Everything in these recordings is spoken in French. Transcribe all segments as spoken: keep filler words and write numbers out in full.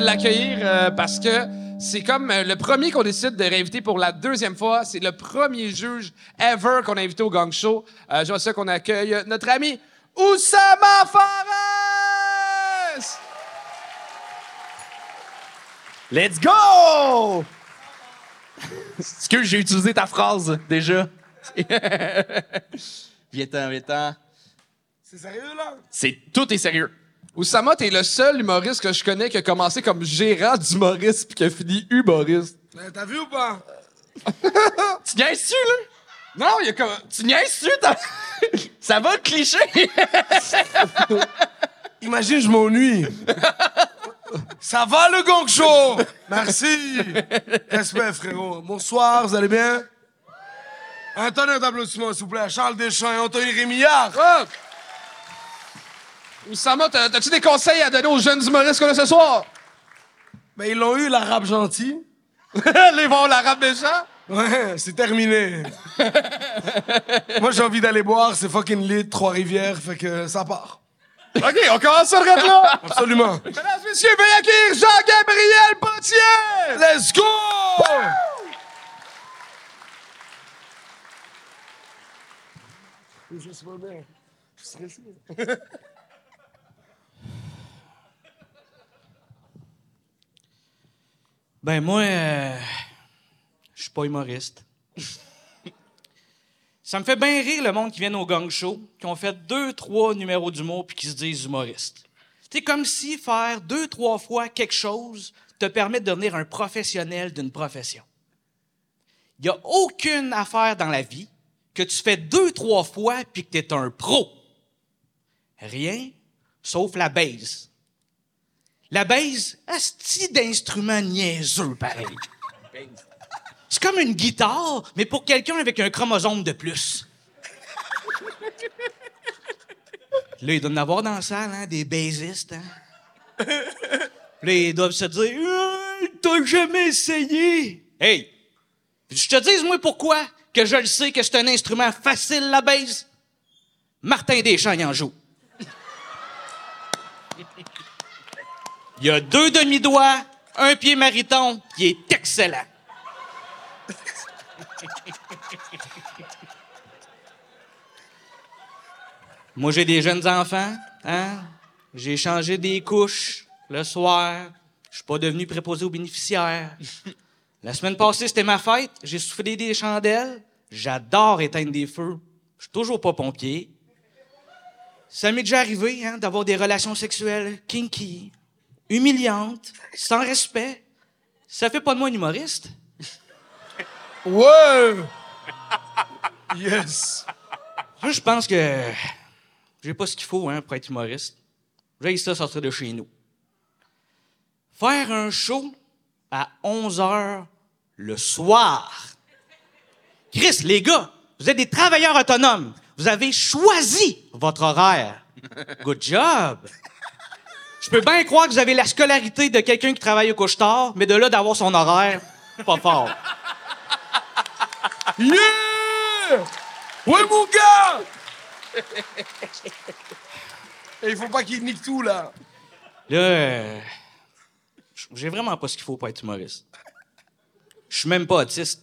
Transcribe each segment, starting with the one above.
l'accueillir euh, parce que c'est comme euh, le premier qu'on décide de réinviter pour la deuxième fois. C'est le premier juge ever qu'on a invité au Gang Show. Euh, J'aimerais ça qu'on accueille notre ami Oussama Fares! Let's go! Excuse, j'ai utilisé ta phrase, déjà. Viens-t'en, viens-t'en. C'est sérieux, là? C'est... Tout est sérieux. Oussama, t'es le seul humoriste que je connais qui a commencé comme gérant d'humoriste puis qui a fini humoriste. Euh, T'as vu ou pas? Tu niaises-tu, là? Non, il y a comme... Tu niaises-tu? T'as... Ça va, le cliché? Imagine, je m'ennuie. Ça va, le Gang Show? Merci. Respect, frérot. Bonsoir, vous allez bien? Un tonnerre d'applaudissements, s'il vous plaît, à Charles Deschamps et Anthony Rémillard. Ah! Oussama, t'as- t'as-tu des conseils à donner aux jeunes humoristes qu'on a ce soir? Ben, ils l'ont eu, l'arabe gentil. Les vont l'arabe méchant? Ouais, c'est terminé. Moi, j'ai envie d'aller boire, c'est fucking lit, Trois-Rivières, fait que ça part. OK, on commence sur le là. Absolument. Mesdames, messieurs, veuillez accueillir Jean-Gabriel Potier! Let's go! Je sais pas bien. Je suis stressé. Ben moi, euh, je suis pas humoriste. Ça me fait bien rire le monde qui vient au Gang Show, qui ont fait deux, trois numéros d'humour puis qui se disent humoristes. C'est comme si faire deux, trois fois quelque chose te permet de devenir un professionnel d'une profession. Il n'y a aucune affaire dans la vie que tu fais deux, trois fois puis que tu es un pro. Rien, sauf la base. La base, asti d'instrument niaiseux, pareil. C'est comme une guitare, mais pour quelqu'un avec un chromosome de plus. Là, il doit en avoir dans la salle, hein, des bassistes, hein. Là, ils doivent se dire euh, « T'as jamais essayé! » Hey! Je te dis, moi, pourquoi que je le sais que c'est un instrument facile, la basse? Martin Deschamps, il en joue. Il y a deux demi-doigts, un pied mariton, qui est excellent. Moi, j'ai des jeunes enfants, hein? J'ai changé des couches le soir. Je suis pas devenu préposé aux bénéficiaires. La semaine passée, c'était ma fête. J'ai soufflé des chandelles. J'adore éteindre des feux. Je suis toujours pas pompier. Ça m'est déjà arrivé, hein, d'avoir des relations sexuelles kinky, humiliantes, sans respect. Ça fait pas de moi un humoriste. Ouais! Yes! Moi, je pense que j'ai pas ce qu'il faut, hein, pour être humoriste. J'ai ça sortir de chez nous. Faire un show à onze heures le soir. Chris, les gars, vous êtes des travailleurs autonomes. Vous avez choisi votre horaire. Good job! Je peux bien croire que vous avez la scolarité de quelqu'un qui travaille au couche-tard, mais de là d'avoir son horaire, pas fort. Yeah! Ouais, mon gars! Il faut pas qu'il nique tout, là. Là, euh, j'ai vraiment pas ce qu'il faut pour être humoriste. Je suis même pas autiste.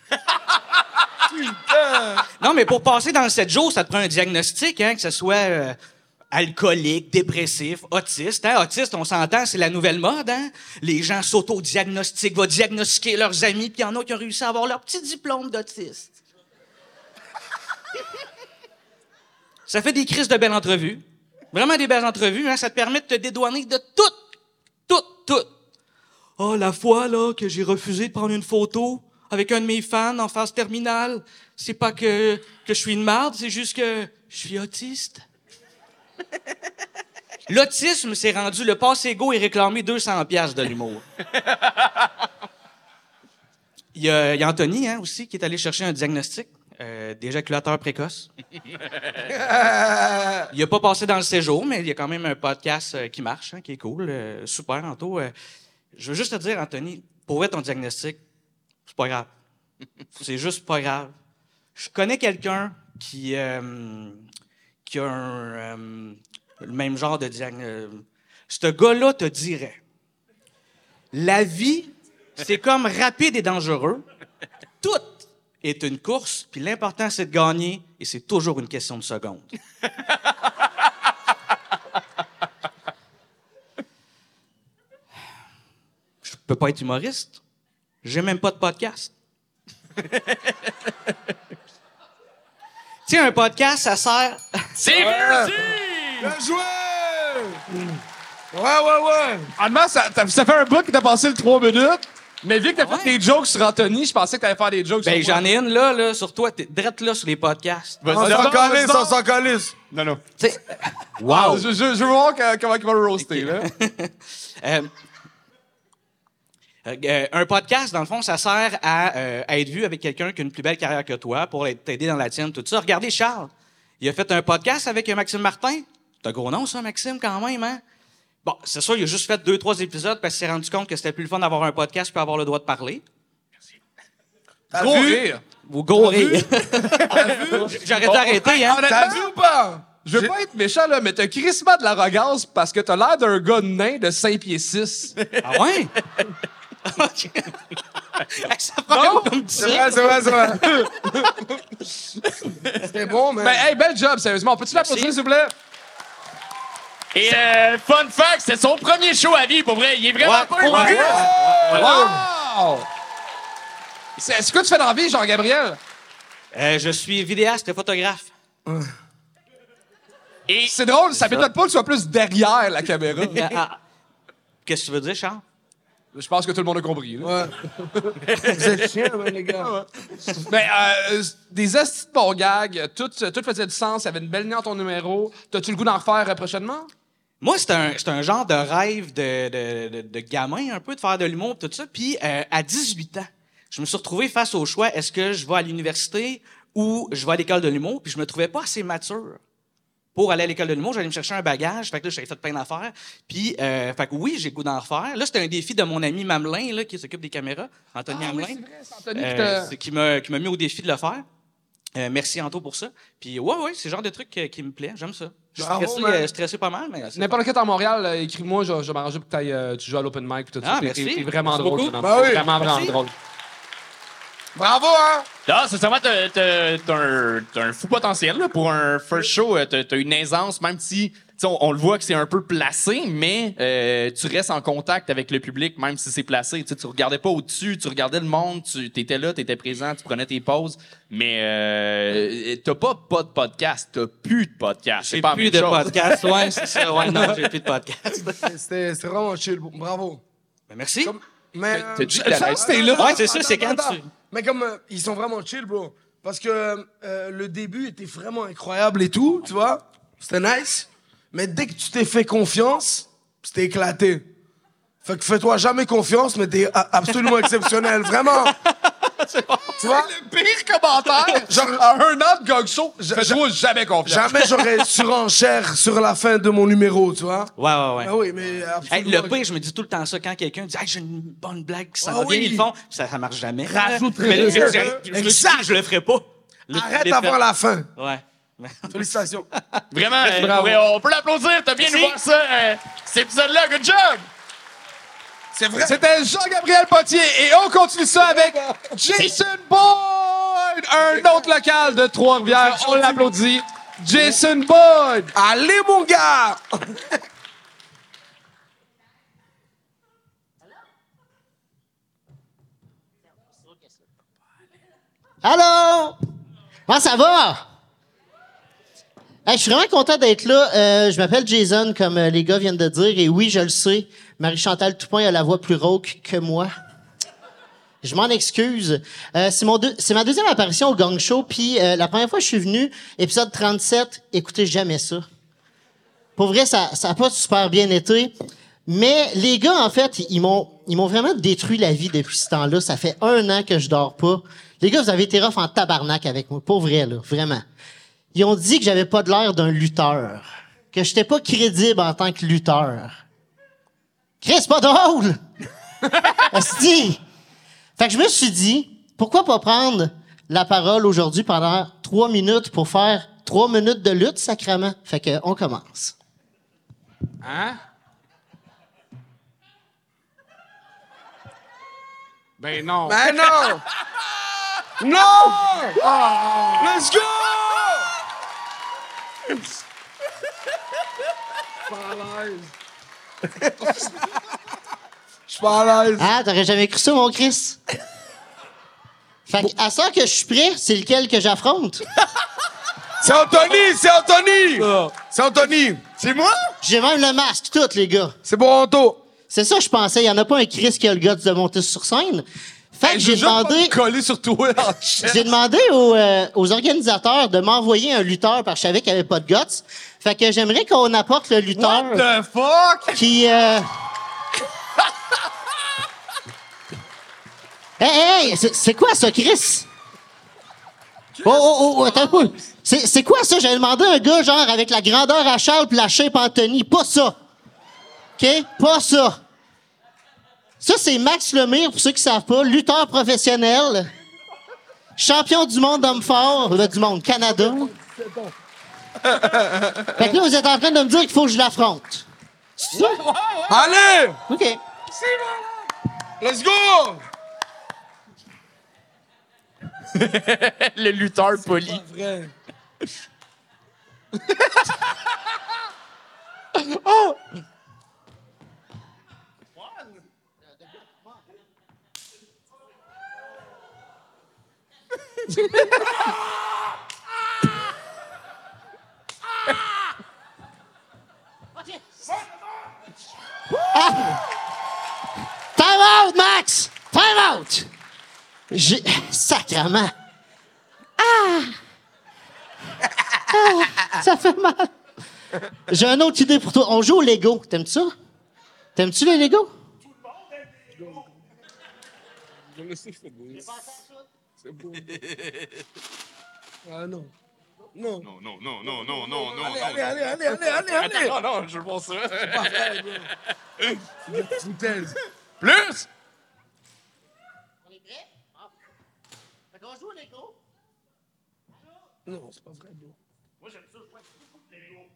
Putain! Non, mais pour passer dans le sept jours, ça te prend un diagnostic, hein, que ce soit euh, alcoolique, dépressif, autiste. Hein? Autiste, on s'entend, c'est la nouvelle mode. Hein? Les gens s'auto-diagnostiquent, vont diagnostiquer leurs amis, puis il y en a qui ont réussi à avoir leur petit diplôme d'autiste. Ça fait des crises de belles entrevues. Vraiment des belles entrevues. Hein? Ça te permet de te dédouaner de tout, tout, tout. Oh, la fois là que j'ai refusé de prendre une photo avec un de mes fans en phase terminale, c'est pas que, que je suis une marde, c'est juste que je suis autiste. L'autisme s'est rendu le passe-égo et réclamé deux cents piastres de l'humour. Il y a, il y a Anthony, hein, aussi, qui est allé chercher un diagnostic euh, d'éjaculateur précoce. Il a pas passé dans le séjour, mais il y a quand même un podcast euh, qui marche, hein, qui est cool. Euh, super, Anto. Euh, je veux juste te dire, Anthony, pour être ton diagnostic, c'est pas grave. C'est juste pas grave. Je connais quelqu'un qui, euh, qui a un, euh, le même genre de diagnostic. Ce gars-là te dirait La vie, c'est comme rapide et dangereux. Tout est une course, puis l'important, c'est de gagner, et c'est toujours une question de secondes. Je peux pas être humoriste. J'ai même pas de podcast. Tu sais, un podcast, ça sert... C'est réussi! Bien joué! Ouais, ouais, ouais! Honnêtement, ça, t'as- ça fait un bout que t'as passé le trois minutes, mais vu que t'as Ouais. fait des jokes sur Anthony, je pensais que t'allais faire des jokes Ben, sur moi. j'en ai une, là, là, sur toi. T'es drette là sur les podcasts. On Vas-y s'en donc, calisse, vas-y on donc. s'en calisse. Non, non. Tu sais, Wow! Je, je, je veux voir que- comment il va le roaster, là. Euh, euh, un podcast, dans le fond, ça sert à, euh, à être vu avec quelqu'un qui a une plus belle carrière que toi pour t'aider dans la tienne, tout ça. Regardez Charles. Il a fait un podcast avec Maxime Martin. C'est un gros nom, ça, Maxime, quand même, hein? Bon, c'est sûr, il a juste fait deux, trois épisodes parce qu'il s'est rendu compte que c'était plus le fun d'avoir un podcast puis avoir le droit de parler. T'as Gros vu? rire. Ou gros rire. J'aurais dû arrêter, hein? T'as vu ou pas? Je veux pas être méchant, là, mais t'as crissement de l'arrogance parce que t'as l'air d'un gars nain de cinq pieds six. Ah ouais? OK. Ça prend comme tu C'est sais. vrai, c'est vrai, c'est vrai. C'était bon, mais... Ben, hey, bel job, sérieusement. On peut-tu l'applaudir, s'il vous plaît? Et euh, fun fact, c'est son premier show à vie, pour vrai. Il est vraiment Ouais. pas humoriste. Wow! C'est c'est quoi tu fais dans la vie, Jean-Gabriel? Euh, je suis vidéaste et photographe. Et C'est drôle, ça m'étonne pas que tu sois plus derrière la caméra. Ah, ah. Qu'est-ce que tu veux dire, Charles? Je pense que tout le monde a compris, là. Ouais. Vous êtes chiens, ouais, les gars. Ben, euh, des astuces de bons gags, tout, tout faisait du sens, il y avait une belle ligne dans ton numéro. T'as-tu le goût d'en refaire euh, prochainement? Moi, c'est un, c'est un genre de rêve de, de, de, de gamin, un peu, de faire de l'humour, tout ça. Puis, euh, à dix-huit ans, je me suis retrouvé face au choix, est-ce que je vais à l'université ou je vais à l'école de l'humour? Puis, je me trouvais pas assez mature pour aller à l'école de l'humour. J'allais me chercher un bagage. Fait que là, j'avais fait plein d'affaires. Puis, euh, fait que oui, j'ai le goût d'en refaire. Là, c'était un défi de mon ami Mamelin, là, qui s'occupe des caméras, Anthony Ah oui, Hamelin. c'est vrai, c'est Anthony qui Euh, t'a- c'est qui m'a qui m'a mis au défi de le faire. Euh, merci Anto pour ça. Puis ouais, ouais, c'est le genre de truc euh, qui me plaît. J'aime ça. Je suis Bravo, stressé, man. euh, stressé pas mal, mais c'est N'importe qui à Montréal, euh, écris-moi, je, je vais m'arranger pour que t'ailles, euh, tu joues à l'open mic et tout Ah, ça. T'es- merci. T'es vraiment Merci drôle. beaucoup. Fernand. Bah oui. Vraiment, vraiment Merci. drôle. Bravo, hein? là, sincèrement, t'as, t'as, t'as un, t'as un fou potentiel là, pour un first show. euh, T'as, t'as une aisance, même si tu sais, on, on le voit que c'est un peu placé, mais euh, tu restes en contact avec le public, même si c'est placé. Tu sais, tu regardais pas au-dessus, tu regardais le monde, tu étais là, tu étais présent, tu prenais tes pauses. Mais euh, t'as pas pas de podcast, t'as plus de podcast. j'ai C'est pas la plus même de chose. podcast. Ouais, c'est ça. Ouais, non, j'ai plus de podcast. C'était c'était vraiment chill. Bravo. Ben, merci. Comme- Mais... T'as euh, dit attends, que la- c'était là. attends, Ouais, c'est ça, attends, c'est quand attends. tu- Mais comme euh, ils sont vraiment chill, bro. Parce que euh, le début était vraiment incroyable et tout, tu vois. C'était nice. Mais dès que tu t'es fait confiance, c'était éclaté. Fait que fais-toi jamais confiance, mais t'es a- absolument exceptionnel. Vraiment. Tu vois? Le pire commentaire, Genre- genre, à un an de gog show, Je- fais-toi jamais confiance. Jamais j'aurais surenchère sur la fin de mon numéro, tu vois. Ouais, ouais, ouais. Ah oui, mais Hey, absolument. le pire, je me dis tout le temps ça quand quelqu'un dit hey, j'ai une bonne blague qui s'en Ah va bien, oui. ils le font, puis ça, ça marche jamais. Rajouterai- Mais je, je, je, je me suis Exact. dit, je le ferai pas. Le- Arrête les avant fait. la fin. Ouais. Félicitations. Vraiment, euh, Bravo. ouais, on peut l'applaudir. T'as bien Merci. nous voir ça, euh, cet épisode-là. Good job! C'est vrai. C'était Jean-Gabriel Potier et on continue ça avec Jason Boyd, un autre local de Trois-Rivières. On l'applaudit. Jason Boyd. Allez, mon gars! Allô? Comment ça va? Hey, je suis vraiment content d'être là. Euh, je m'appelle Jason, comme euh, les gars viennent de dire. Et oui, je le sais, Marie-Chantal Toupin a la voix plus rauque que moi. Je m'en excuse. Euh, c'est, mon deux- c'est ma deuxième apparition au Gang Show. Puis euh, la première fois que je suis venu, épisode trente-sept, écoutez jamais ça. Pour vrai, ça ça a pas super bien été. Mais les gars, en fait, ils m'ont ils m'ont vraiment détruit la vie depuis ce temps-là. Ça fait un an que je dors pas. Les gars, vous avez été rough en tabarnak avec moi. Pour vrai, là. Vraiment. Ils ont dit que j'avais pas de l'air d'un lutteur. Que j'étais pas crédible en tant que lutteur. Chris, c'est pas drôle! Asti! Fait que je me suis dit, pourquoi pas prendre la parole aujourd'hui pendant trois minutes pour faire trois minutes de lutte, sacrément? Fait que, on commence. Hein? Ben non. Ben non! Non! Let's go! Je suis pas à l'aise. Ah, t'aurais jamais cru ça, mon Chris? Fait que, à ça que je suis prêt, c'est lequel que j'affronte? C'est Anthony! C'est Anthony! C'est Anthony! C'est moi? J'ai même le masque, tout, les gars. C'est Boronto. C'est ça, je pensais. Il y en a pas un Chris qui a le guts de monter sur scène. Fait que j'ai demandé... Collé sur toi en chest. J'ai demandé aux, euh, aux organisateurs de m'envoyer un lutteur parce que je savais qu'il n'y avait pas de guts. Fait que j'aimerais qu'on apporte le lutteur The fuck? qui... Euh... hey, hey, c'est, c'est quoi ça, Chris? Oh, oh, oh, attends un peu. C'est, c'est quoi ça? J'avais demandé un gars, genre, avec la grandeur à Charles pis la shape Anthony. Pas ça. OK? Pas ça. Ça, c'est Max Lemire, pour ceux qui savent pas, lutteur professionnel, champion du monde d'homme fort, euh, du monde, Canada. Fait que là, vous êtes en train de me dire qu'il faut que je l'affronte. C'est ça? Allez! OK. Let's go! Le lutteur poli. Vrai. Time out, Max! Time out! J'ai... Sacrement! Ah! Ah! Ça fait mal! J'ai une autre idée pour toi. On joue au Lego. T'aimes-tu ça? T'aimes-tu les Lego? C'est beau. Ah non. Non. Non, non, non, non, non, non, non. Allez, allez, allez, allez, allez, allez, allez. Non, non, je veux voir ça. Pas vrai, bro. Foutaise. Plus! On est prêts? Ah. Fait qu'on joue au Lego. Non, c'est pas vrai, bro. Moi, j'aime ça, je vois que Lego.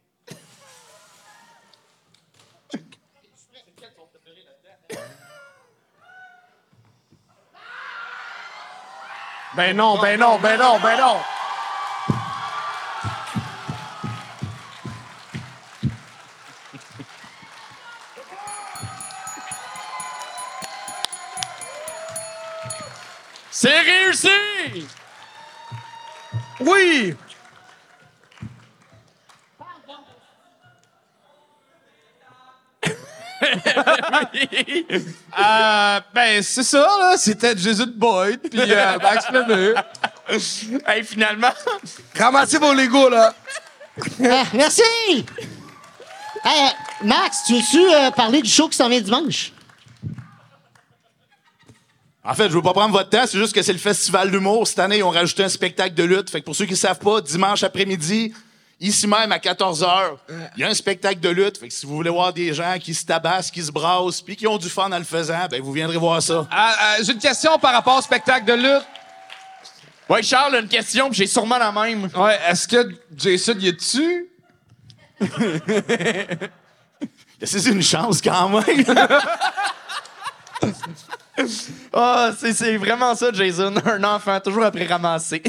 Ben non, ben non, ben non, ben non. C'est réussi! Oui! Euh, ben, c'est ça, là. C'était Jason Boyd, puis euh, Max Lemire. Hey, finalement, Ramassez vos Legos, là. Ah, merci! Hey, euh, Max, tu veux-tu euh, parler du show qui s'en vient dimanche? En fait, je veux pas prendre votre temps, c'est juste que c'est le festival d'humour. Cette année, ils ont rajouté un spectacle de lutte. Fait que pour ceux qui savent pas, dimanche après-midi, ici même à quatorze heures, il y a un spectacle de lutte. Fait que si vous voulez voir des gens qui se tabassent, qui se brassent, puis qui ont du fun en le faisant, ben vous viendrez voir ça. Ah, euh, j'ai une question par rapport au spectacle de lutte. ouais, Charles a une question, puis j'ai sûrement la même. Ouais, est-ce que Jason y est dessus? C'est une chance quand même. Ah, c'est, c'est vraiment ça, Jason. Un enfant, toujours après ramasser.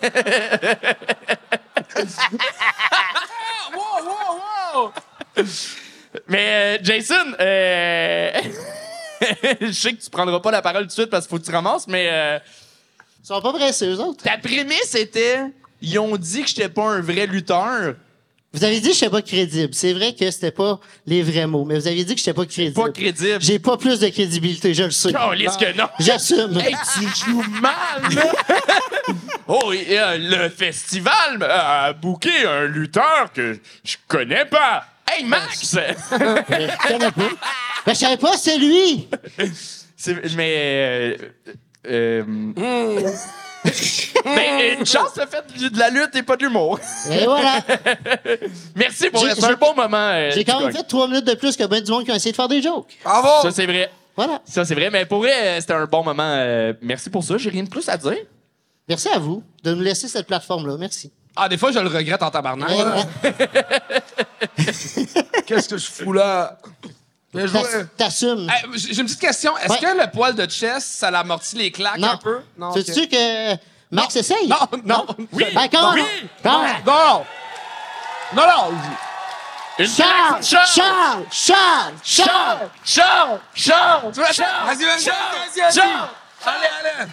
Wow, wow, wow! Mais, euh, Jason, euh... je sais que tu prendras pas la parole tout de suite parce qu'il faut que tu ramasses, mais euh, Ils sont pas pressés, eux autres. ta prémisse était... Ils ont dit que j'étais pas un vrai lutteur. Vous avez dit que j'étais pas crédible. C'est vrai que c'était pas les vrais mots, mais vous avez dit que j'étais pas crédible. Pas crédible. J'ai pas plus de crédibilité, je le sais. Oh, lisse que non. J'assume. Hey, tu joues mal, là! Oh, et, euh, le festival a booké un lutteur que je connais pas. Hey, Max! Je connais pas. Ben, je savais pas, c'est lui. C'est- mais... Euh, euh, mais une chance de fait de la lutte et pas de l'humour. Et voilà. Merci pour J'ai- c'est un j'ai- bon moment. euh, J'ai quand même Chicoine. fait trois minutes de plus que ben du monde qui a essayé de faire des jokes. Bravo! Ça, c'est vrai. Voilà. Ça, c'est vrai. Mais pour vrai, euh, c'était un bon moment. euh, merci pour ça. J'ai rien de plus à dire. Merci à vous de nous laisser cette plateforme-là. Merci. Ah, des fois, je le regrette en tabarnak. Ouais. Qu'est-ce que je fous là? Bien joué. T'ass- T'assumes. Hey, J'ai j'ai une petite question. Est-ce Ouais. que le poil de chest, ça l'amortit les claques Non. un peu? Non. Sais-tu ok. que Max essaye? Non, non. Oui! Ben, comment? Oui! Comment? Non! Non, non! Une Charles! Charles! Charles! Charles! Charles! Charles! Charles! Tu veux- Charles! Vas-y, vas-y, Charles! vas-y, vas-y. Charles! Allez, allez.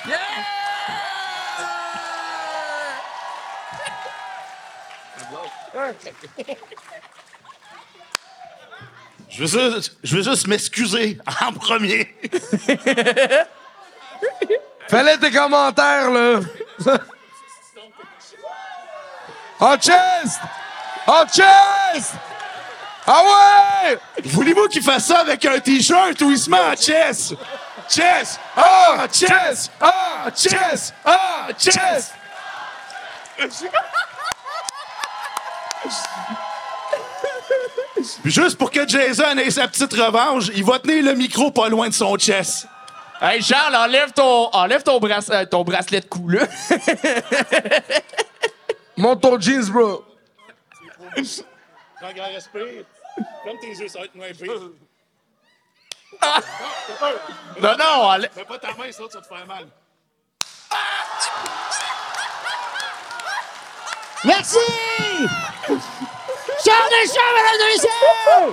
Je veux juste, je veux juste m'excuser en premier. Fais-les tes commentaires, là. En chest! En chest! Ah ouais! Voulez-vous qu'il fasse ça avec un T-shirt ou il se met en chess? Chess! Ah, chess! Ah, chess! Ah, chess! Puis juste pour que Jason ait sa petite revanche, il va tenir le micro pas loin de son chess. Hey, Charles, enlève ton, enlève ton, brace- euh, ton bracelet de cou, là. Monte ton jeans, bro. Prends un grand respire. Ferme tes yeux, ça va être moins pire. Non, non, enlève. Fais pas ta main, ça, ça va te faire mal. Merci! Charles Deschamps, mesdames et messieurs!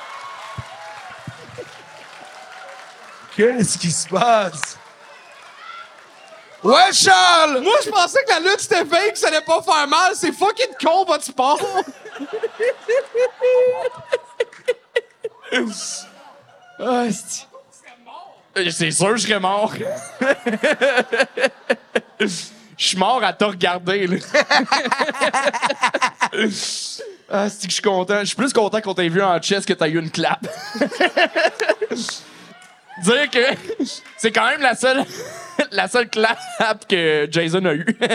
Qu'est-ce qui se passe? Ouais, Charles! Moi, je pensais que la lutte, c'était fake, que ça allait pas faire mal. C'est fucking con, votre sport! Ah, c'est... Euh, C'est sûr, je serais mort. Je suis mort à te regarder, là. Ah, c'est que je suis content. Je suis plus content qu'on t'ait vu en chess que t'as eu une clap. Dire que c'est quand même la seule, la seule clap que Jason a eue.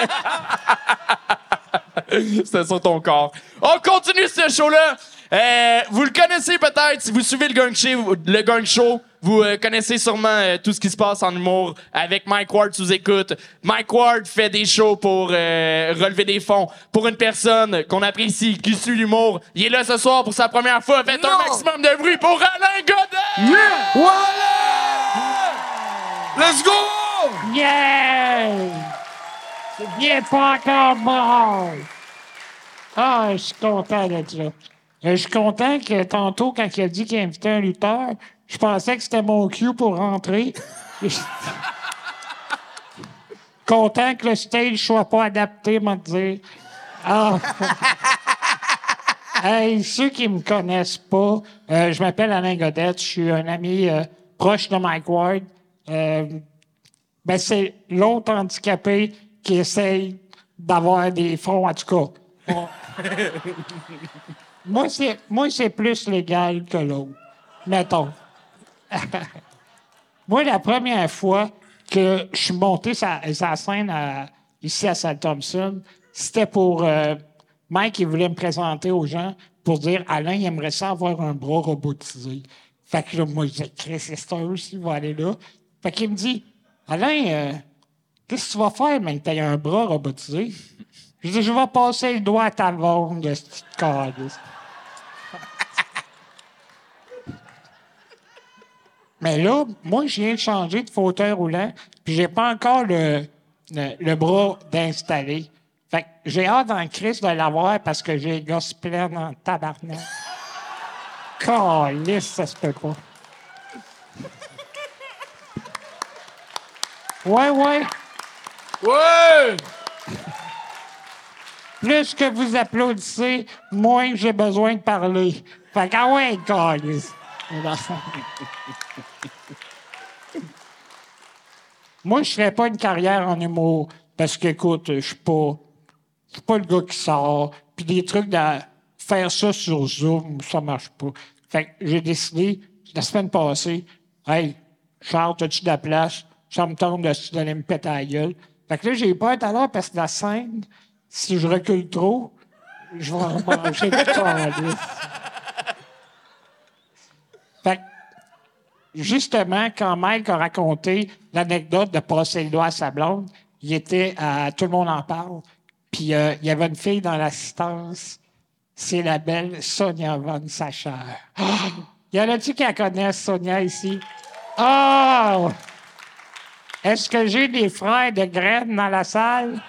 C'était sur ton corps. On continue ce show-là. Euh, vous le connaissez peut-être si vous suivez le Gang Show. Le Gang Show, vous euh, connaissez sûrement euh, tout ce qui se passe en humour avec Mike Ward sous écoute. Mike Ward fait des shows pour euh, relever des fonds pour une personne qu'on apprécie, qui suit l'humour. Il est là ce soir pour sa première fois. Faites un Non. maximum de bruit pour Alain Godet! Voilà! Let's go! Yeah! C'est bien pas encore mort. Ah, je suis content d'être là. Euh, Je suis content que tantôt, quand il a dit qu'il invitait un lutteur, je pensais que c'était mon cue pour rentrer. Content que le stage soit pas adapté, m'a dire. Ah! Hey, ceux qui me connaissent pas, euh, je m'appelle Alain Godet, je suis un ami euh, proche de Mike Ward. Euh, ben, c'est l'autre handicapé qui essaye d'avoir des fonds, en tout cas. On- moi, c'est, moi, c'est plus légal que l'autre, mettons. Moi, la première fois que je suis monté sa, sa scène à- ici à Saint Thompson, c'était pour... euh, Mike, il voulait me présenter aux gens pour dire « Alain, il aimerait ça avoir un bras robotisé. » Fait que là, moi, je dis « Chris, c'est ça aussi, il va aller là. » Fait qu'il me dit « Alain, euh, qu'est-ce que tu vas faire, mais que tu un bras robotisé? » Je dis « Je vais passer le doigt à ta vonde, de ce petit calice. » Mais là, moi, je viens de changer de fauteuil roulant, puis j'ai pas encore le, le, le bras d'installer. Fait que j'ai hâte en crise de l'avoir parce que j'ai les gosses pleins en tabarnak. Calisse, ça se peut pas. Ouais, ouais. Ouais! Plus que vous applaudissez, moins j'ai besoin de parler. Fait que, ah ouais, calisse. Moi, je ferais pas une carrière en humour parce que, écoute, je suis pas, je suis pas le gars qui sort. Puis des trucs de faire ça sur Zoom, ça marche pas. Fait que j'ai décidé, la semaine passée, hey, Charles, as-tu de la place? Ça me tente de d'aller me péter à la gueule. Fait que là, j'ai peur tout à l'heure parce que la scène, si je recule trop, je vais en manger le calice. Fait que, justement, quand Mike a raconté l'anecdote de passer le doigt à sa blonde, il était à Tout le monde en parle. Puis euh, il y avait une fille dans l'assistance. C'est la belle Sonia Von Sacher. Ah! Y en a-tu qui la connaissent, Sonia, ici? Oh! Est-ce que j'ai des frères de graines dans la salle?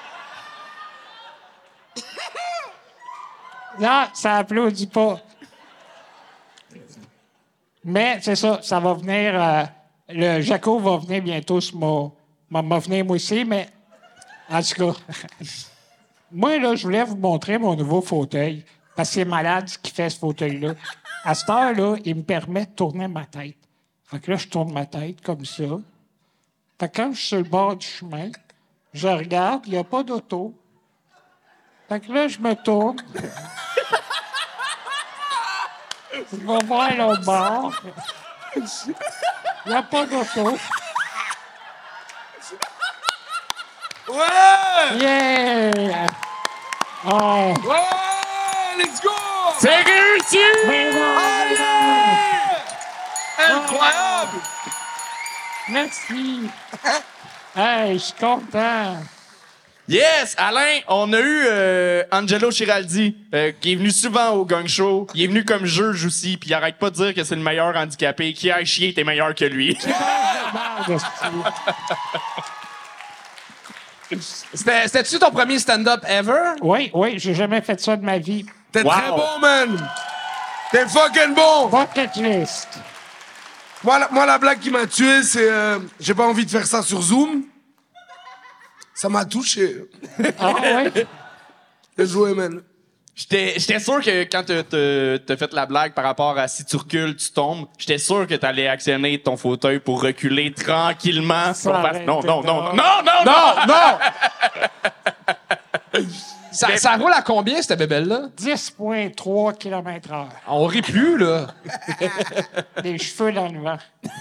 Non, ça applaudit pas. Mais c'est ça, ça va venir... euh, le Jaco va venir bientôt sur mon... Va va venir moi aussi, mais... En tout cas... Moi, là, je voulais vous montrer mon nouveau fauteuil. Parce que c'est malade ce qui fait ce fauteuil-là. À cette heure-là, il me permet de tourner ma tête. Fait que là, je tourne ma tête comme ça. Fait que quand je suis sur le bord du chemin, je regarde, il n'y a pas d'auto. Fait que là, je me tourne. Je vais voir l'autre bord. Il n'y a pas d'auto. Ouais! Yeah! Oh! Ouais! Let's go! C'est réussi! Mais non! Incroyable! Merci! Hey, je suis content! Yes! Alain, on a eu euh, Angelo Chiraldi, euh, qui est venu souvent au Gang Show. Il est venu comme juge aussi, puis il arrête pas de dire que c'est le meilleur handicapé. Qui a chier, t'es meilleur que lui. C'était- C'était-tu ton premier stand-up ever? Oui, oui, j'ai jamais fait ça de ma vie. T'es Wow. très bon, man! T'es fucking bon! Bucket list! Moi, la, moi, la blague qui m'a tué, c'est... euh, j'ai pas envie de faire ça sur Zoom. Ça m'a touché. Ah oui? J'ai joué, man. J'étais j'étais sûr que quand t'as- t'as t'as fait la blague par rapport à si tu recules, tu tombes, j'étais sûr que t'allais actionner ton fauteuil pour reculer tranquillement. pour faire- arrête, Non, non, non, non. non, non, non! Non, non! ça, ça roule à combien, cette bébelle-là? dix virgule trois kilomètres heure. On rit plus, là. Des cheveux dans le vent.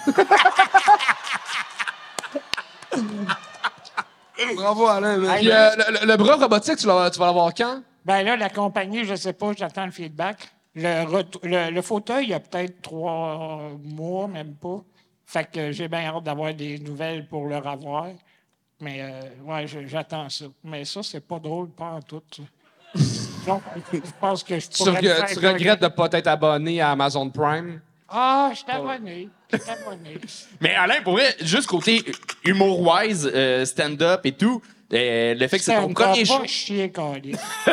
Bravo, Alain, man. Puis, euh, le, le- le bras robotique, tu, l'as- tu vas l'avoir quand? Ben là, la compagnie, je sais pas, j'attends le feedback. Le, ret- le, le fauteuil, il y a peut-être trois mois, même pas. Fait que j'ai bien hâte d'avoir des nouvelles pour le revoir. Mais euh, ouais, je- j'attends ça. Mais ça, c'est pas drôle, pas en tout. ça. Donc, je pense que je Tu, pourrais me reg- faire tu regrettes gagner. de ne pas t'être abonné à Amazon Prime? Ah, je suis abonné. Je suis abonné. Mais Alain, pour vrai, juste côté humour-wise, euh, stand-up et tout, euh, le fait que c'est ton Ça me premier fait show... pas chier, câlisse.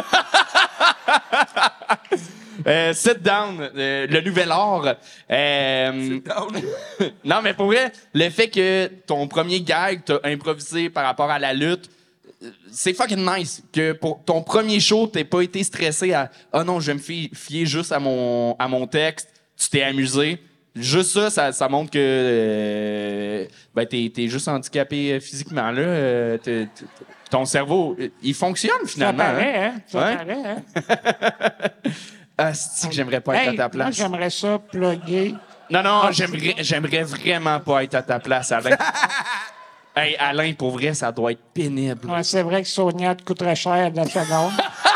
Euh, sit down, euh, le nouvel art. Euh, non, mais pour vrai, le fait que ton premier gag, t'as improvisé par rapport à la lutte, euh, c'est fucking nice. Que pour ton premier show, t'aies pas été stressé à « Ah non, je vais me fi- fier juste à mon, à mon texte. » Tu t'es amusé. Juste ça, ça, ça montre que euh, ben, t'es, t'es juste handicapé euh, physiquement. Là. Euh, t'es- t'es- ton cerveau, euh, il fonctionne Ça finalement. hein. paraît, hein? Ça Ouais. paraît, hein? Ah, c'est que j'aimerais pas être Hey, à ta moi, place. j'aimerais ça plugger. Non, non, j'aimerais, j'aimerais vraiment pas être à ta place, Alain. Hey, Alain, pour vrai, ça doit être pénible. Ouais, c'est vrai que Sonia te coûterait cher de la seconde.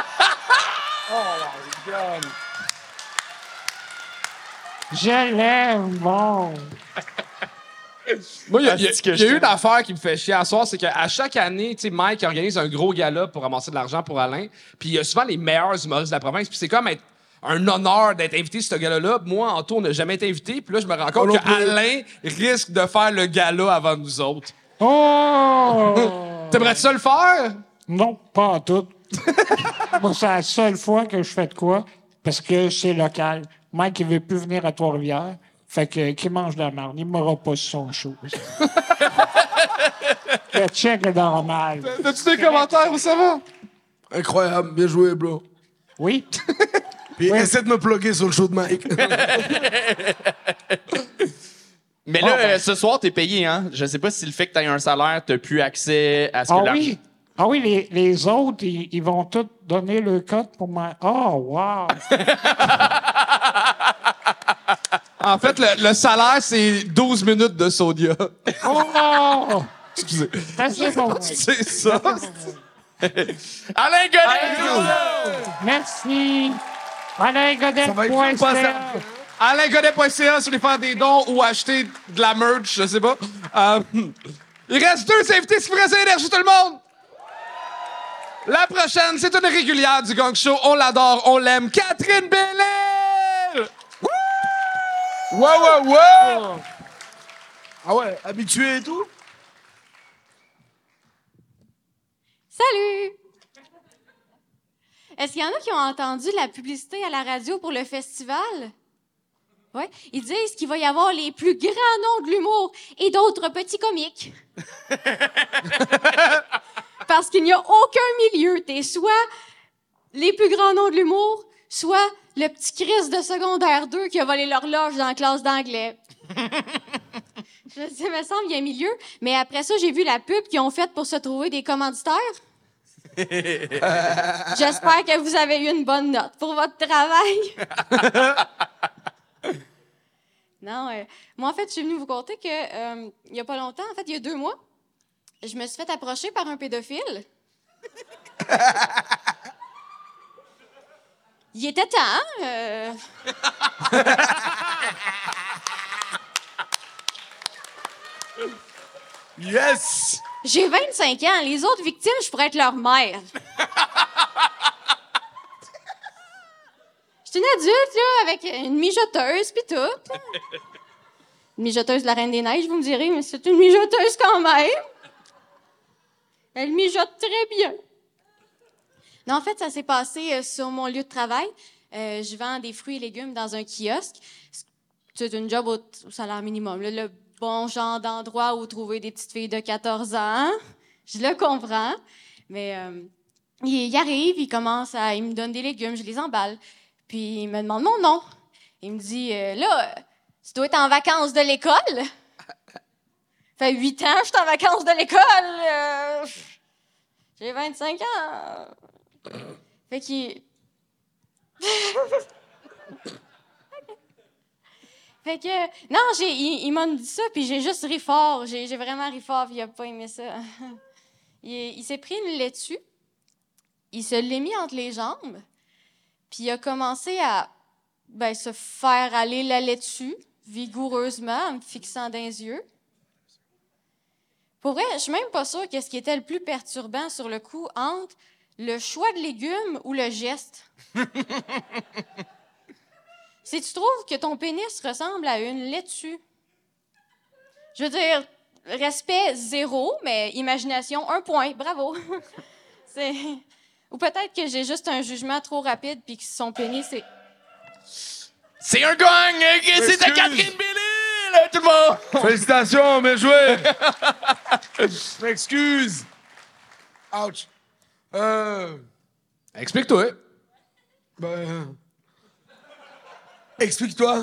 Je l'aime, bon. Moi, il y a, Ah, il y a- c'est-tu que il y a je une t'aime. affaire qui me fait chier à soir, c'est qu'à chaque année, tu sais, Mike organise un gros gala pour ramasser de l'argent pour Alain. Puis il y a souvent les meilleurs humoristes de la province. Puis c'est comme être un honneur d'être invité sur ce gala-là. Moi, en tout, on n'a jamais été invité. Puis là, je me rends compte Oh non que plus. Alain risque de faire le gala avant nous autres. Oh! T'aimerais-tu ça le faire? Non, pas en tout. Moi, c'est la seule fois que je fais de quoi, parce que c'est local. Mike, il veut plus venir à Trois-Rivières. Fait que, qui mange de la marde, il m'aura pas sur son show. Le check est normal. As-tu des commentaires où ça va? Incroyable. Bien joué, bro. Oui? Puis essaie de me plugger sur le show de Mike. Mais là, Ah, ben. euh, ce soir, t'es payé, hein? Je sais pas si le fait que t'aies un salaire, t'as plus accès à ce que Ah l'argent... oui? Ah oui, les, les autres, ils, ils vont tous donner le code pour moi. Oh, wow! En fait, le, le salaire, c'est douze minutes de sodia. Oh! Excusez. C'est bon. C'est ça? Alain Godet! Merci. Alain Ça va être pas Godet.ca. ça. alain godet point c a si vous voulez faire des dons ou acheter de la merch, je sais pas. Euh, il reste deux invités qui feraient énergie tout le monde. La prochaine, c'est une régulière du Gang Show. On l'adore, on l'aime. Catherine Bellil! Ouais, ouais, ouais! Ah ouais, habitué et tout? Salut! Est-ce qu'il y en a qui ont entendu la publicité à la radio pour le festival? Oui. Ils disent qu'il va y avoir les plus grands noms de l'humour et d'autres petits comiques. Parce qu'il n'y a aucun milieu. T'es soit les plus grands noms de l'humour, soit le petit Chris de secondaire deux qui a volé l'horloge dans la classe d'anglais. Je sais, il me semble qu'il y a un milieu. Mais après ça, j'ai vu la pub qu'ils ont faite pour se trouver des commanditaires. J'espère que vous avez eu une bonne note pour votre travail. Non, euh, moi, en fait, je suis venue vous conter que euh, il y a pas longtemps, en fait, il y a deux mois, je me suis fait approcher par un pédophile. Il était temps. Euh... Yes! J'ai vingt-cinq ans. Les autres victimes, je pourrais être leur mère. Je suis une adulte, là, avec une mijoteuse, pis tout. Là. Une mijoteuse de la Reine des Neiges, vous me direz, mais c'est une mijoteuse quand même. Elle mijote très bien. Non, en fait, ça s'est passé euh, sur mon lieu de travail. Euh, je vends des fruits et légumes dans un kiosque. C'est une job au, au salaire minimum. Là, le bon genre d'endroit où trouver des petites filles de quatorze ans. Je le comprends. Mais euh, il, il arrive, il commence à... Il me donne des légumes, je les emballe. Puis il me demande mon nom. Il me dit, euh, là, tu dois être en vacances de l'école. Ça fait huit ans que je suis en vacances de l'école. Euh, j'ai vingt-cinq ans. Fait qu'il... Fait que... Non, j'ai, il, il m'a dit ça, puis j'ai juste ri fort. J'ai, j'ai vraiment ri fort, puis il a pas aimé ça. il, il s'est pris une laitue. Il se l'est mis entre les jambes. Puis il a commencé à ben, se faire aller la laitue, vigoureusement, en me fixant dans les yeux. Pour vrai, je suis même pas sûre qu'est-ce qui était le plus perturbant sur le coup entre le choix de légumes ou le geste. Si tu trouves que ton pénis ressemble à une laitue, je veux dire, respect zéro, mais imagination un point. Bravo. C'est... Ou peut-être que j'ai juste un jugement trop rapide puis que son pénis, c'est... C'est un gang! C'est de Catherine Billy, là, tout le monde! Félicitations, bien joué! Je m'excuse. Ouch. Euh... Explique-toi. Ben... Explique-toi.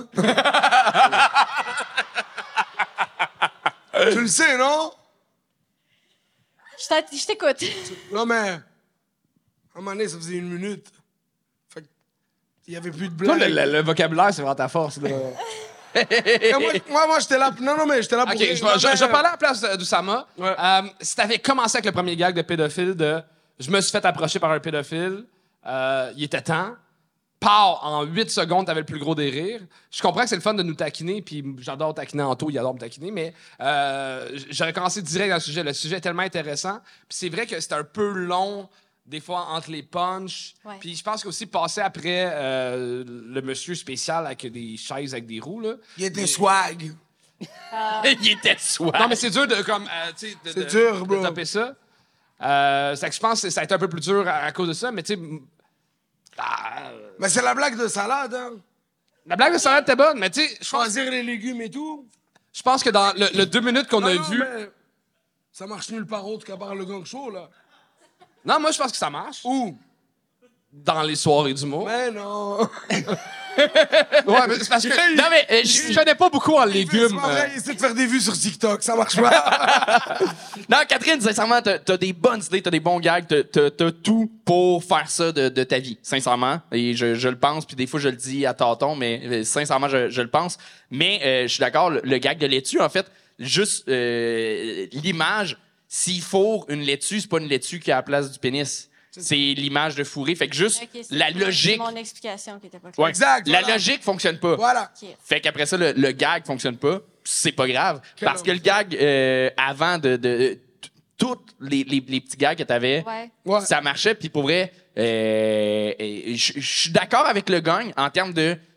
Tu le sais, non? Je, t'a- je t'écoute. Non, mais... À un moment donné, ça faisait une minute. Fait que... Il y avait plus de Toi, blague. le, le- le vocabulaire, c'est vraiment ta force. Là. Et moi, moi, moi, j'étais là... Non, non, mais j'étais là pour... OK, je vais, je, je vais parler à la place de- d'Oussama. Ouais. Euh, si t'avais commencé avec le premier gag de pédophile de « Je me suis fait approcher par un pédophile, euh, il était temps », Pow, en huit secondes, t'avais le plus gros des rires. Je comprends que c'est le fun de nous taquiner, puis j'adore taquiner Anto, il adore me taquiner, mais euh, j'aurais commencé direct dans le sujet. Le sujet est tellement intéressant. Puis c'est vrai que c'est un peu long, des fois, entre les punchs. Ouais. Puis je pense qu'aussi passer après euh, le monsieur spécial avec des chaises avec des roues, là. Il était swag. Il était soif. Non, mais c'est dur de, comme, euh, tu sais, de, C'est de- dur, de bro. taper ça. Euh, c'est que je pense que ça a été un peu plus dur à, à cause de ça, mais tu sais... m- ah, Mais c'est la blague de salade, hein? la blague de salade était bonne, mais tu sais, je pense, Choisir les légumes et tout. je pense que dans le, le deux minutes qu'on Non, a non, vu... mais ça marche nulle part autre qu'à part le gang show, là. Non, moi, je pense que ça marche. Où? Dans les soirées d'humour. Mais non. Ouais, mais c'est parce que... Non, mais euh, Je je- connais pas beaucoup en C'est légumes. pas vrai, euh. il essaie de faire des vues sur TikTok, ça marche pas. Non, Catherine, sincèrement, t'as, t'as des bonnes idées, t'as des bons gags, t'as, t'as- t'as tout pour faire ça de, de ta vie, sincèrement. Et je, je le pense, puis des fois, je le dis à tâtons, mais euh, sincèrement, je, je le pense. Mais euh, je suis d'accord, le, le gag de laitue, en fait, juste euh, l'image, s'il fourre une laitue, c'est pas une laitue qui est à la place du pénis. C'est l'image de fourrer. Fait que juste Ok, c'est la mon- logique... C'est mon explication qui était pas claire. Ouais. Exact, La voilà. logique fonctionne pas. Voilà. Ok. Fait qu'après ça, le, le gag fonctionne pas. C'est pas grave. Quel Parce que le gag, euh, avant de. de t- tous les, les, les petits gags que t'avais, Ouais. Ouais. ça marchait. Puis pour vrai, euh, euh, je je suis d'accord avec le gang en termes de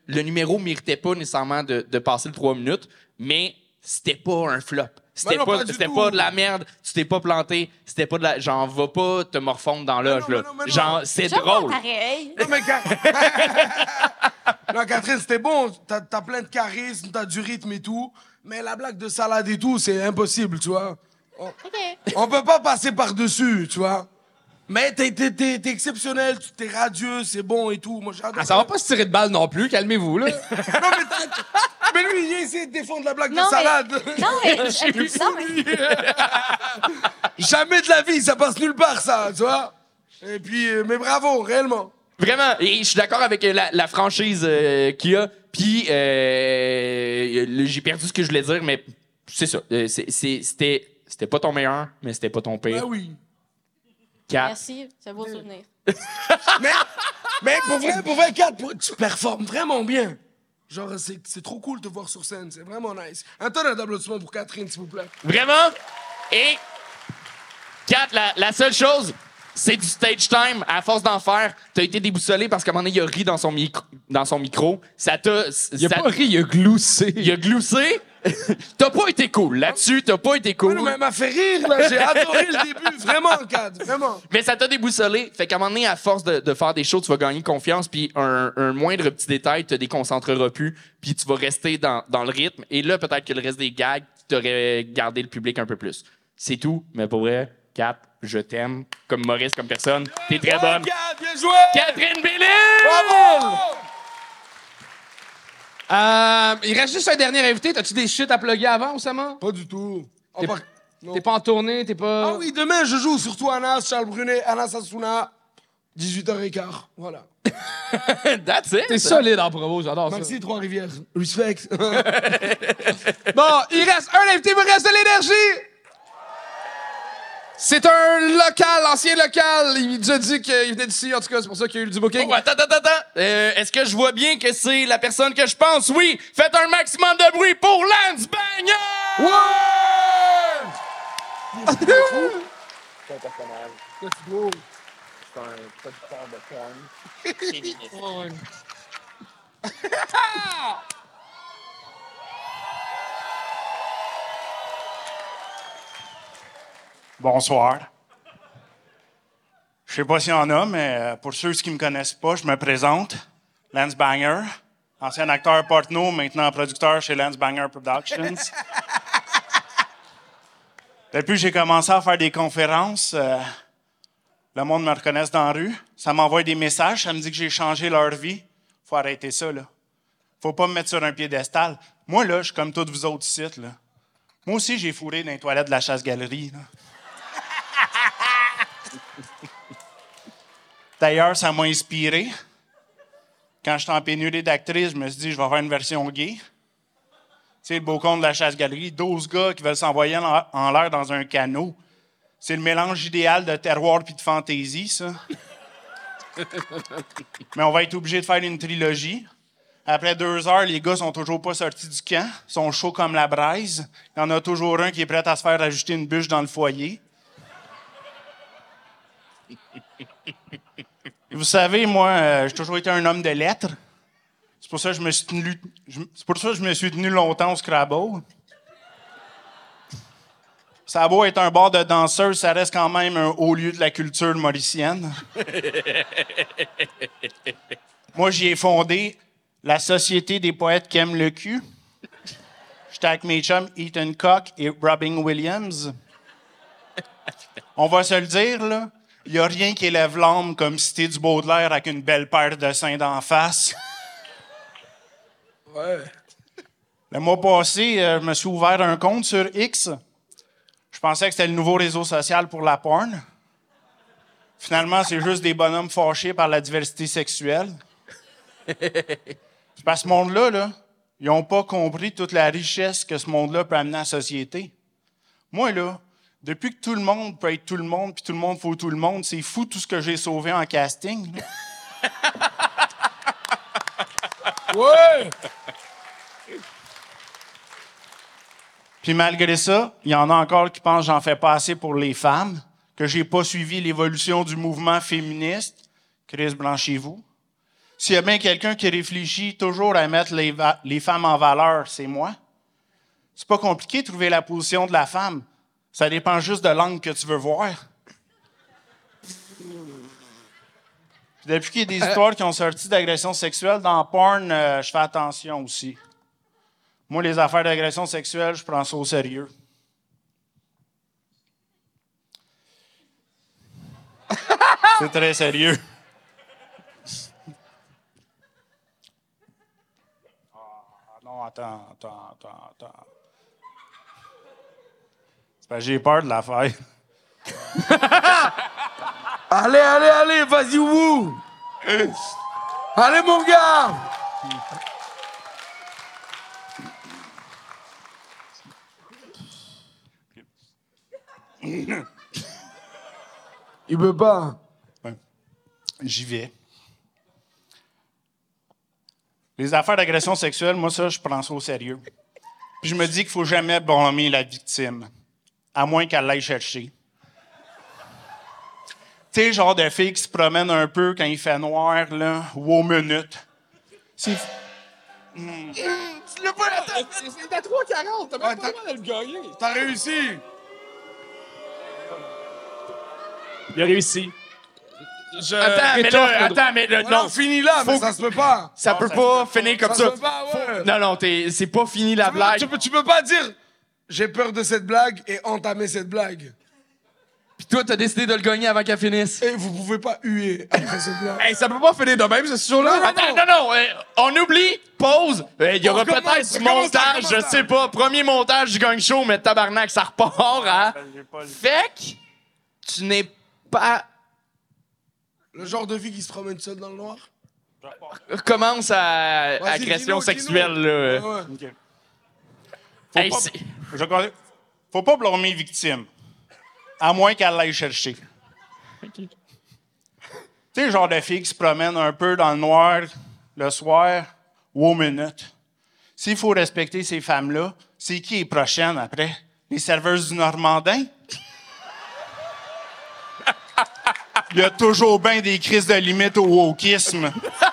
le numéro méritait pas nécessairement de, de passer le trois minutes, mais c'était pas un flop. C'était Ben non, pas, pas du c'était tout. pas de la merde, tu t'es pas planté, c'était pas de la... Genre, va pas te morfondre dans l'âge, non, là. mais non, mais non. Genre, c'est J'aime drôle. pareil. Non, mais Ca- non, Catherine, c'était bon. T'as, t'as plein de charisme, t'as du rythme et tout. Mais la blague de salade et tout, c'est impossible, tu vois. On, OK. on peut pas passer par-dessus, tu vois. Mais t'es, t'es, t'es, t'es exceptionnel, tu- t'es radieux, c'est bon et tout. Moi, j'adore. Ah, ça va pas se tirer de balle non plus, calmez-vous, là. Non, mais, t'as- mais lui, il a essayé de défendre la blague Non, de mais- salade. Non, mais... non, mais... Jamais de la vie, ça passe nulle part, ça, tu vois. Et puis, euh, mais bravo, réellement. Vraiment, et je suis d'accord avec euh, la, la franchise euh, qu'il y a. Puis, euh, le- j'ai perdu ce que je voulais dire, mais c'est ça. Euh, c'est- c'est- c'était, c'était pas ton meilleur, mais c'était pas ton pire. Ben oui. Quatre. Merci, c'est un beau souvenir. Mais, mais pour vrai, pour vrai, Kat, pour- tu performes vraiment bien. Genre, c'est, c'est trop cool de te voir sur scène, c'est vraiment nice. Un tonnerre d'applaudissements pour Catherine, s'il vous plaît. Vraiment? Et, quatre, la, la seule chose, c'est du stage time. À force d'en faire, t'as été déboussolé parce qu'à un moment donné, il a ri dans son, micro, dans son micro. Ça t'a... Il a ça- pas ri, il a gloussé. Il a gloussé. T'as pas été cool. Là-dessus, t'as pas été cool. Ouais, non, mais elle m'a fait rire, là. J'ai adoré le début, vraiment, Kat, vraiment. Mais ça t'a déboussolé. Fait qu'à un moment donné, à force de, de faire des shows, tu vas gagner confiance, puis un, un moindre petit détail te déconcentrera plus, puis tu vas rester dans, dans le rythme. Et là, peut-être que le reste des gags, t'aurais gardé le public un peu plus. C'est tout, mais pour vrai, Cap, je t'aime. Comme Maurice, comme personne. T'es très bonne. Kat, bien joué! Catherine Bellil! Bravo! Euh, il reste juste un dernier invité. T'as-tu des shit à plugger avant, Oussama? Pas du tout. Oh, T'es- par- non. T'es pas en tournée, t'es pas... Ah oui, demain, je joue surtout Anas, Charles Brunet, Anas Assouna, dix-huit heures quinze. Voilà. That's it. T'es solide en promo, j'adore ça. Merci, Trois-Rivières. Respect. Bon, il reste un invité, il me reste de l'énergie! C'est un local, ancien local. Il nous a dit qu'il venait d'ici, en tout cas, c'est pour ça qu'il y a eu du booking. Oh, attends, attends, attends. Euh, est-ce que je vois bien que c'est la personne que je pense? Oui. Faites un maximum de bruit pour Lance Bagnard! Bonsoir. Je sais pas s'il y en a, mais euh, pour ceux qui me connaissent pas, je me présente. Lance Banger, ancien acteur porno, maintenant producteur chez Lance Banger Productions. Depuis que j'ai commencé à faire des conférences, euh, le monde me reconnaît dans la rue. Ça m'envoie des messages, ça me dit que j'ai changé leur vie. Faut arrêter ça, là. Faut pas me mettre sur un piédestal. Moi, là, je suis comme tous vous autres ici, là. Moi aussi, j'ai fourré dans les toilettes de la chasse-galerie, là. D'ailleurs, ça m'a inspiré. Quand j'étais en pénurie d'actrices, je me suis dit, je vais faire une version gay. Tu sais, le beau con de la chasse-galerie, douze gars qui veulent s'envoyer en en l'air dans un canot. C'est le mélange idéal de terroir puis de fantaisie, ça. Mais on va être obligé de faire une trilogie. Après deux heures, les gars sont toujours pas sortis du camp. Ils sont chauds comme la braise. Il y en a toujours un qui est prêt à se faire ajouter une bûche dans le foyer. Vous savez, moi, euh, j'ai toujours été un homme de lettres. C'est pour ça que je me suis tenu, je- c'est pour ça que je me suis tenu longtemps au Scrabble. Ça a beau être un bar de danseurs, ça reste quand même un haut lieu de la culture mauricienne. Moi, j'y ai fondé la Société des poètes qui aiment le cul. J'étais avec mes chums Ethan Cock et Robin Williams. On va se le dire, là. Il n'y a rien qui élève l'âme comme citer du Baudelaire avec une belle paire de seins d'en face. Ouais. Le mois passé, euh, je me suis ouvert un compte sur X. Je pensais que c'était le nouveau réseau social pour la porn. Finalement, c'est juste des bonhommes fâchés par la diversité sexuelle. C'est parce que ce monde-là, là, ils n'ont pas compris toute la richesse que ce monde-là peut amener à la société. Moi, là, depuis que tout le monde peut être tout le monde, puis tout le monde faut tout le monde, c'est fou tout ce que j'ai sauvé en casting. là. Ouais! Puis malgré ça, il y en a encore qui pensent que j'en fais pas assez pour les femmes, que j'ai pas suivi l'évolution du mouvement féministe. Chris, blanchez-vous. S'il y a bien quelqu'un qui réfléchit toujours à mettre les, va- les femmes en valeur, c'est moi. C'est pas compliqué de trouver la position de la femme. Ça dépend juste de l'angle que tu veux voir. Puis depuis qu'il y a des histoires qui ont sorti d'agressions sexuelles dans le porn, euh, je fais attention aussi. Moi, les affaires d'agression sexuelle, je prends ça au sérieux. C'est très sérieux. Ah non, attends, attends, attends, attends. C'est parce que j'ai peur de la faire. Allez, allez, allez, vas-y au bout. Allez, mon gars. Il peut pas. J'y vais. Les affaires d'agression sexuelle, moi, ça, je prends ça au sérieux. Puis je me dis qu'il faut jamais blâmer la victime, à moins qu'elle l'aille chercher. Tu sais, genre de fille qui se promène un peu quand il fait noir, là, ou aux minutes. C'est... Mm. Tu l'as pas... C'est à trois quarante, t'as même pas le droit de le gagner. T'as réussi. Il a réussi. Je Attends, mais rétorque là, le attends, mais là, Non, non. finis là, mais Faut ça que- se peut pas. Ça peut pas finir comme Ça ça. se peut pas, ouais. Non, non, t'es- c'est pas fini la Tu peux- blague. Tu peux, tu peux pas dire j'ai peur de cette blague et entamer cette blague. Puis toi, t'as décidé de le gagner avant qu'elle finisse. Et vous pouvez pas huer après cette blague. Hey, ça peut pas finir de même, ce show-là. Attends, non, non, euh, on oublie, pause. Euh, Il y aura On recommence, peut-être du on recommence, montage, on je recommence. sais pas. Premier montage du gang show, mais tabarnak, ça repart, hein. Fait que tu n'es pas... Le genre de fille qui se promène seule dans le noir. Commence à Vas-y, agression dis-nous, sexuelle, dis-nous. là. Ouais, ouais. Faut, Hey, pas, c'est- je connais- faut pas blâmer victime, à moins qu'elle l'aille chercher. Tu sais, le genre de fille qui se promène un peu dans le noir le soir ou aux minutes. S'il faut respecter ces femmes-là, c'est qui les prochaines après? Les serveuses du Normandin? Il y a toujours bien des crises de limite au wokisme.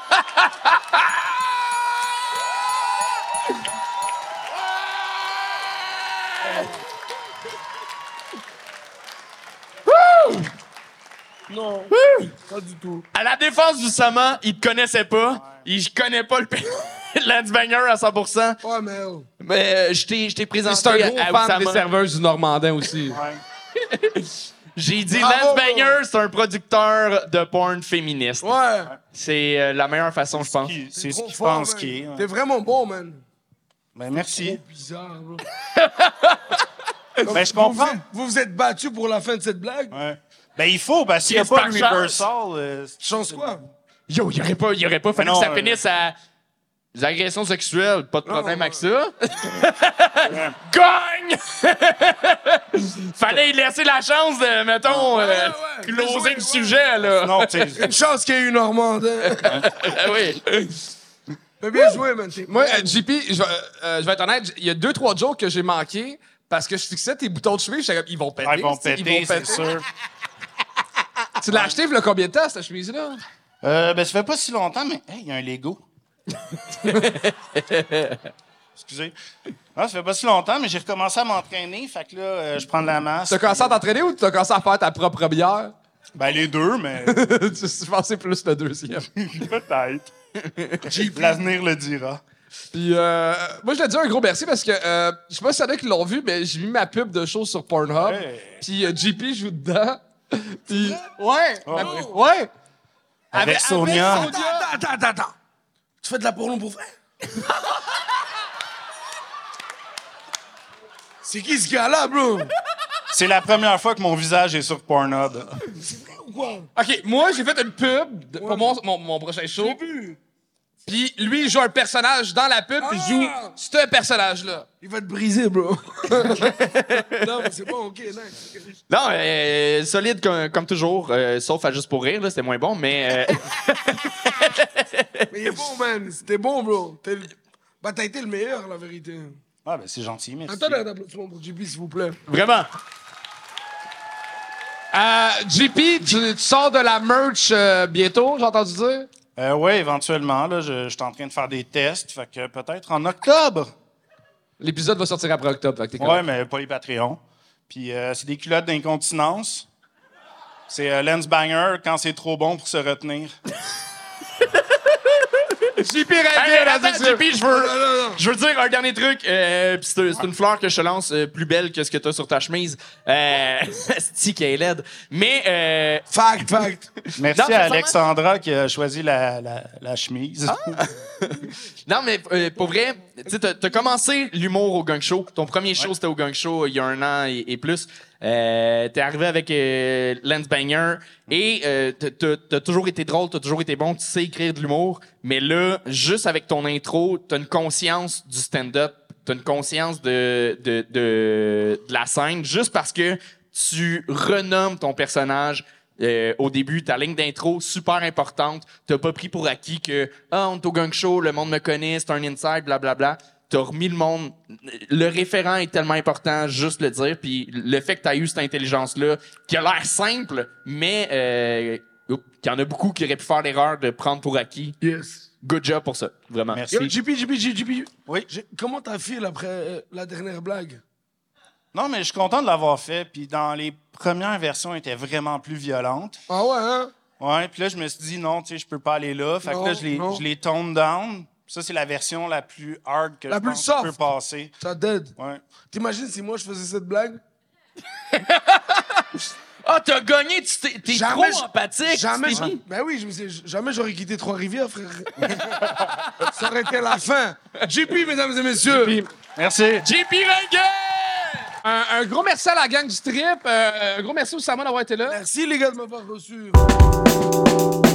Non, pas du tout. À la défense du Sama, il te connaissait pas. Il connaît pas le Lance Banger à cent pour cent. Ouais, mais oh. Mais euh, je t'ai je t'ai présenté C'est un gros à, à fan des Oussama. serveuses du Normandin aussi. J'ai dit Bravo. Lance Banger, c'est un producteur de porn féministe. Ouais. C'est euh, la meilleure façon, je pense. Qui- C'est ce Trop qu'il fort, pense man. qu'il est. ouais. T'es vraiment bon, man. Ben, merci. Bizarre, bro. Ben, je Vous vous, comprends. êtes, vous vous êtes battu pour la fin de cette blague? Ouais. Ben, il faut, parce s'il n'y a Qu'est-ce pas de par chance? reversal... euh, c'est- Chance quoi? Yo, il aurait pas, il aurait pas fallu non, que ça euh, finisse à des agressions sexuelles. Pas de problème non, avec ça. Gagne! Fallait y laisser la chance de, mettons, euh, ouais. closer Ouais, le ouais. sujet, là. Non, tu sais, Une chance qu'il y ait eu Normandin. Ah oui. Mais bien joué, man. T'es- Moi, euh, J P, je vais euh, je vais être honnête, il y a deux, trois jokes que j'ai manqués parce que je fixais tes boutons de chemise, j'étais comme, ils vont péter. ah, ils vont c'ti, péter, c'est sûr. Tu l'as acheté, il y a combien de temps, cette chemise-là? Euh, ben, ça fait pas si longtemps, mais hey, il y a un Lego. Excusez. Ah, ça fait pas si longtemps, mais j'ai recommencé à m'entraîner. Fait que là, euh, je prends de la masse. T'as commencé à t'entraîner ou t'as commencé à faire ta propre bière? Ben, les deux, mais Je pensais plus le deuxième. peut-être. L'avenir le dira. Puis, euh, moi, je te dis un gros merci parce que, euh, je sais pas si y en a qui l'ont vu, mais j'ai mis ma pub de show sur Pornhub. Ouais. Puis, euh, J P joue dedans. Puis, ouais, Oh, ma- oui. ouais. Avec Sonia. avec Attends, attends, attends, attends. Tu fais de la porno pour vrai? C'est qui ce gars-là, bro? C'est la première fois que mon visage est sur Pornhub. Ou quoi? OK, moi, j'ai fait une pub de- pour mon, mon, mon prochain show. J'ai vu. Puis, lui, il joue un personnage dans la pub, puis il joue Ah! ce personnage-là. Il va te briser, bro. Non, mais c'est bon, ok, nice. ok. Non, euh, solide comme, comme toujours, euh, sauf à Juste pour rire, là, c'était moins bon, mais... euh, Mais il est bon, man. C'était bon, bro. T'es le- Bah, t'as été le meilleur, la vérité. Ah, ben, c'est gentil, merci. Attendez un applaudissement pour J P, s'il vous plaît. Vraiment. Euh, J P, tu, tu sors de la merch euh, bientôt, j'ai entendu dire? Euh, oui, éventuellement. Là, je, je suis en train de faire des tests. Fait que peut-être en octobre. L'épisode va sortir après octobre. Fait que t'es Oui, correct. mais pas les Patreons. Puis euh, c'est des culottes d'incontinence. C'est euh, Lens Banger quand c'est trop bon pour se retenir. J P Ringuet, Hey, la attends, section. J P, je veux, je veux dire un dernier truc. Euh, pis c'est, c'est une fleur que je te lance euh, plus belle que ce que t'as sur ta chemise. Euh, c'est qui est laide. Mais, euh, Fact, fact. Merci Non, à sincèrement- Alexandra qui a choisi la, la, la chemise. non, mais euh, pour vrai, tu sais, t'as, t'as commencé l'humour au Gang Show. Ton premier show, c'était au Gang Show il y a un an et, et plus. Euh, t'es arrivé avec euh, Lance Banger et euh, t'as, t'as- t'as toujours été drôle, t'as toujours été bon, tu sais écrire de l'humour. Mais là, juste avec ton intro, t'as une conscience du stand-up, t'as une conscience de, de, de, de la scène, juste parce que tu renommes ton personnage. Euh, au début, ta ligne d'intro, super importante. T'as pas pris pour acquis que « Ah, on est au Gang Show, le monde me connaît, c'est un inside, blablabla. » T'as remis le monde... Le référent est tellement important, juste le dire. Puis le fait que t'as eu cette intelligence-là, qui a l'air simple, mais euh, oups, qu'il y en a beaucoup qui auraient pu faire l'erreur de prendre pour acquis. Yes. Good job pour ça, vraiment. Merci. Yo, J P, J P, J P. Oui. J'ai- Comment t'as fait après euh, la dernière blague? Non, mais je suis content de l'avoir fait. Puis dans les premières versions, elle était vraiment plus violente. Ah ouais, hein? Ouais, puis là, je me suis dit, non, tu sais, je peux pas aller là. Fait Non, que là, je l'ai, non. je l'ai toned down. Ça, c'est la version la plus hard que La je plus pense que je peux soft. passer. Ça dead. Ouais. T'imagines si moi je faisais cette blague? Ah, t'as gagné, tu t'es, t'es trop Jamais j- empathique. Jamais, tu t'es j- mis. ben oui, je me suis, jamais j'aurais quitté Trois-Rivières, frère. Ça aurait été la fin. J P, mesdames et messieurs. Merci. J P Ringuet! Un, un gros merci à la gang du trip. Euh, un gros merci au Sama d'avoir été là. Merci les gars de m'avoir reçu.